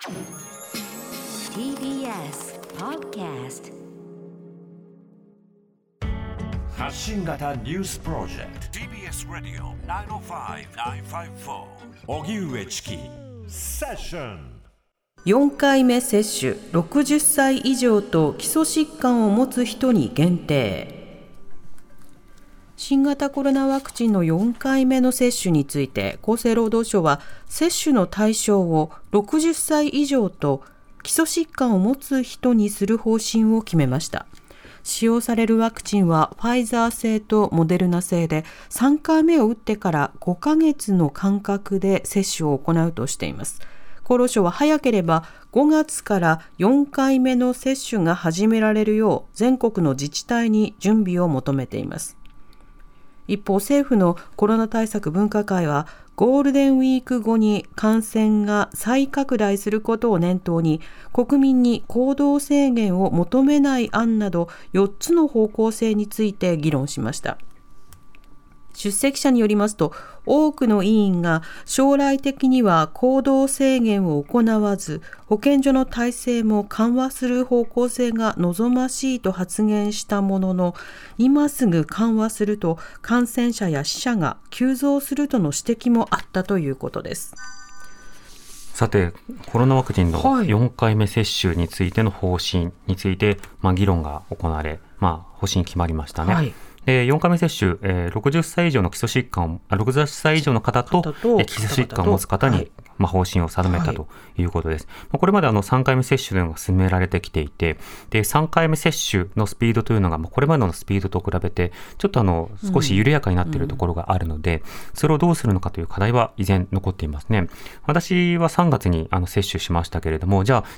TBS Podcast 発信型ニュースプロジェクト TBS ラディオ905-954おぎゅうえちきセッション。 4回目接種60歳以上と基礎疾患を持つ人に限定。新型コロナワクチンの4回目の接種について厚生労働省は接種の対象を60歳以上と基礎疾患を持つ人にする方針を決めました。使用されるワクチンはファイザー製とモデルナ製で3回目を打ってから5ヶ月の間隔で接種を行うとしています。厚労省は早ければ5月から4回目の接種が始められるよう全国の自治体に準備を求めています。一方、政府のコロナ対策分科会はゴールデンウィーク後に感染が再拡大することを念頭に国民に行動制限を求めない案など4つの方向性について議論しました。出席者によりますと、多くの委員が将来的には行動制限を行わず保健所の体制も緩和する方向性が望ましいと発言したものの、今すぐ緩和すると感染者や死者が急増するとの指摘もあったということです。 さて、コロナワクチンの4回目接種についての方針について、議論が行われ、方針決まりましたね。4回目接種、60歳以上の基礎疾患を60歳以上の方と基礎疾患を持つ方に、方針を定めたということです。これまで3回目接種というのが進められてきていて、で3回目接種のスピードというのがこれまでのスピードと比べてちょっと少し緩やかになっているところがあるので、それをどうするのかという課題は依然残っていますね。私は3月に接種しましたけれども、じゃあ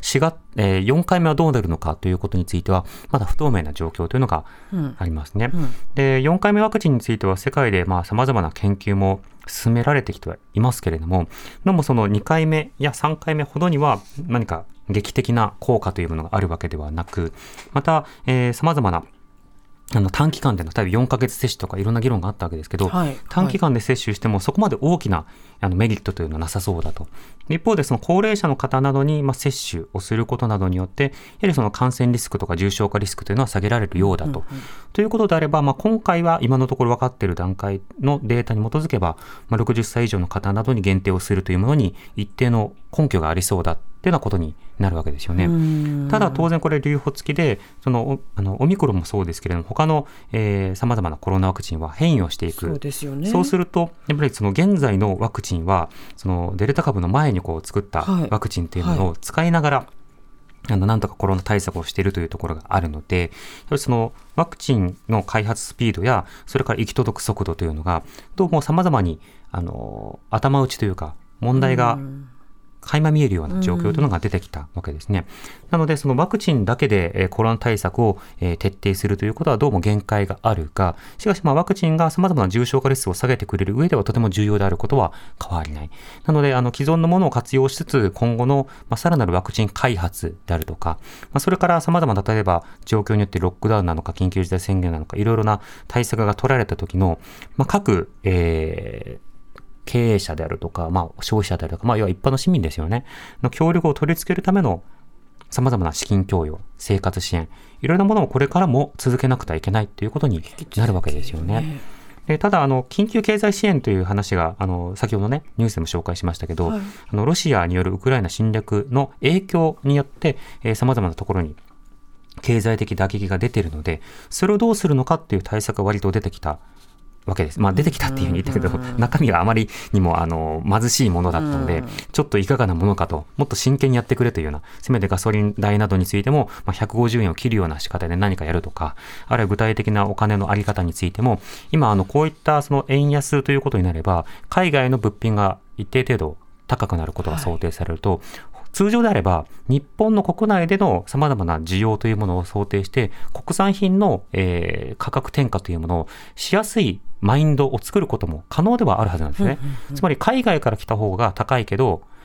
4回目はどうなるのかということについてはまだ不透明な状況というのがありますね。で4回目ワクチンについては世界で様々な研究も進められてきてはいますけれども、でもその2回目や3回目ほどには何か劇的な効果というものがあるわけではなく、また、様々な短期間での例えば4ヶ月接種とかいろんな議論があったわけですけど、短期間で接種してもそこまで大きなメリットというのはなさそうだと。一方でその高齢者の方などに接種をすることなどによってやはりその感染リスクとか重症化リスクというのは下げられるようだと、ということであれば、今回は今のところ分かっている段階のデータに基づけば、60歳以上の方などに限定をするというものに一定の根拠がありそうだっていうようなことになるわけですよね。ただ当然これ留保付きでオミクロンもそうですけれども他の様々なコロナワクチンは変異をしていく。 そうですよね。 そうするとやっぱりその現在のワクチンはそのデルタ株の前に作ったワクチンっていうのを使いながら、なんとかコロナ対策をしているというところがあるので、やはりそのワクチンの開発スピードやそれから行き届く速度というのがどうも様々に頭打ちというか問題が垣間見えるような状況というのが出てきたわけですね。なのでそのワクチンだけでコロナ対策を徹底するということはどうも限界があるが、しかしワクチンが様々な重症化リスクを下げてくれる上ではとても重要であることは変わりない。なので既存のものを活用しつつ今後のさらなるワクチン開発であるとか、それから様々な例えば状況によってロックダウンなのか緊急事態宣言なのかいろいろな対策が取られた時の各経営者であるとか、消費者であるとか、要は一般の市民ですよねの協力を取り付けるための様々な資金供与、生活支援、いろいろなものをこれからも続けなくてはいけないということになるわけですよね。ただ緊急経済支援という話が先ほどねニュースでも紹介しましたけど、ロシアによるウクライナ侵略の影響によって様々なところに経済的打撃が出ているので、それをどうするのかっていう対策が割と出てきたわけです。出てきたっていうふうに言ったけど、中身はあまりにも貧しいものだったので、ちょっといかがなものかと、もっと真剣にやってくれというような、せめてガソリン代などについても、150円を切るような仕方で何かやるとか、あるいは具体的なお金のあり方についても、今こういったその円安ということになれば、海外の物品が一定程度高くなることが想定されると、通常であれば日本の国内での様々な需要というものを想定して国産品の、価格転嫁というものをしやすいマインドを作ることも可能ではあるはずなんですね。つまり海外から来た方が高いけど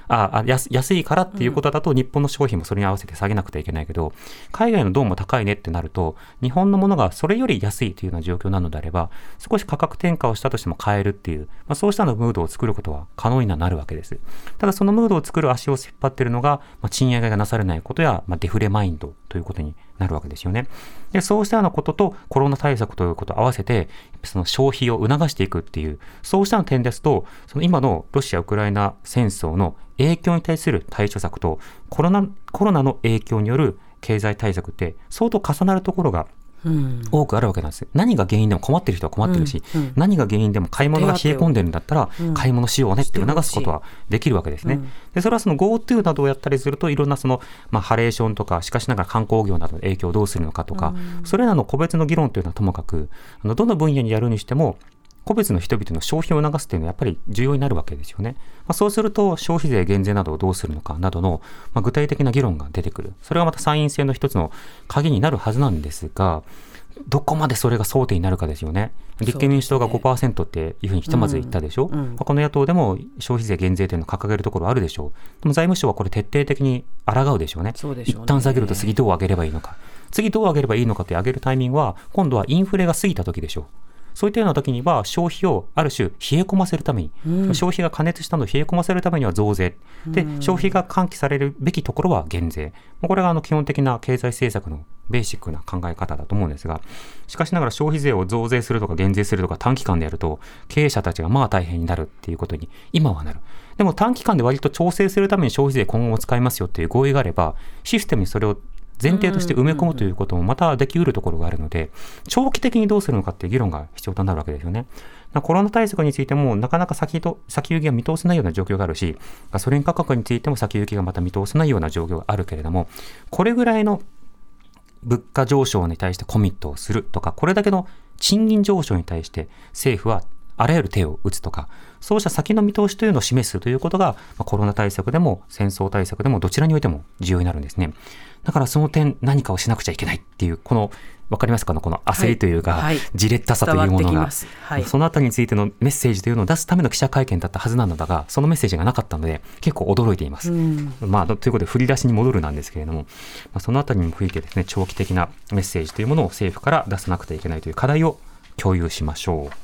安いからっていうことだと日本の商品もそれに合わせて下げなくてはいけないけど、海外のどうも高いねってなると日本のものがそれより安いというような状況なのであれば、少し価格転嫁をしたとしても買えるっていう、そうしたのムードを作ることは可能になるわけです。ただそのムードを作る足を引っ張っているのが、賃上げがなされないことや、デフレマインドということになるわけですよね。で、そうしたようなこととコロナ対策ということを合わせてその消費を促していくっていう、そうした点ですと、その今のロシア・ウクライナ戦争の影響に対する対処策とコロナの影響による経済対策って相当重なるところが多くあるわけなんです。何が原因でも困ってる人は困ってるし、何が原因でも買い物が冷え込んでるんだったら買い物しようねって促すことはできるわけですね。で、それはその GoTo などをやったりするといろんなその、ハレーションとか、しかしながら観光業などの影響をどうするのかとか、それらの個別の議論というのはともかく、どの分野にやるにしても個別の人々の消費を促すというのはやっぱり重要になるわけですよね。そうすると消費税減税などをどうするのかなどの、具体的な議論が出てくる。それがまた参院選の一つの鍵になるはずなんですが、どこまでそれが争点になるかですよね。立憲民主党が 5% っていうふうにひとまず言ったでしょ。この野党でも消費税減税というのを掲げるところあるでしょう。でも財務省はこれ徹底的に抗うでしょうね。一旦下げると次どう上げればいいのか。次どう上げればいいのかと上げるタイミングは今度はインフレが過ぎた時でしょう。そういったような時には消費をある種冷え込ませるために、消費が過熱したのを冷え込ませるためには増税で、消費が喚起されるべきところは減税。これが基本的な経済政策のベーシックな考え方だと思うんですが、しかしながら消費税を増税するとか減税するとか短期間でやると経営者たちが大変になるっていうことに今はなる。でも短期間で割と調整するために消費税今後も使いますよっていう合意があれば、システムにそれを前提として埋め込むということもまたできうるところがあるので、長期的にどうするのかっていう議論が必要となるわけですよね。コロナ対策についてもなかなか先行きが見通せないような状況があるし、ガソリン価格についても先行きがまた見通せないような状況があるけれども、これぐらいの物価上昇に対してコミットをするとか、これだけの賃金上昇に対して政府はあらゆる手を打つとか、そうした先の見通しというのを示すということが、コロナ対策でも戦争対策でもどちらにおいても重要になるんですね。だからその点何かをしなくちゃいけないっていう、このわかりますか、この焦りというか、じれったさというものが、そのあたりについてのメッセージというのを出すための記者会見だったはずなのだが、そのメッセージがなかったので結構驚いています。ということで振り出しに戻るなんですけれども、そのあたりにも吹いてですね、長期的なメッセージというものを政府から出さなくてはいけないという課題を共有しましょう。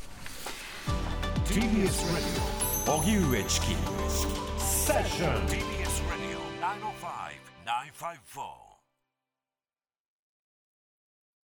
TBS Radio 荻上チキセッション TBS Radio 905-954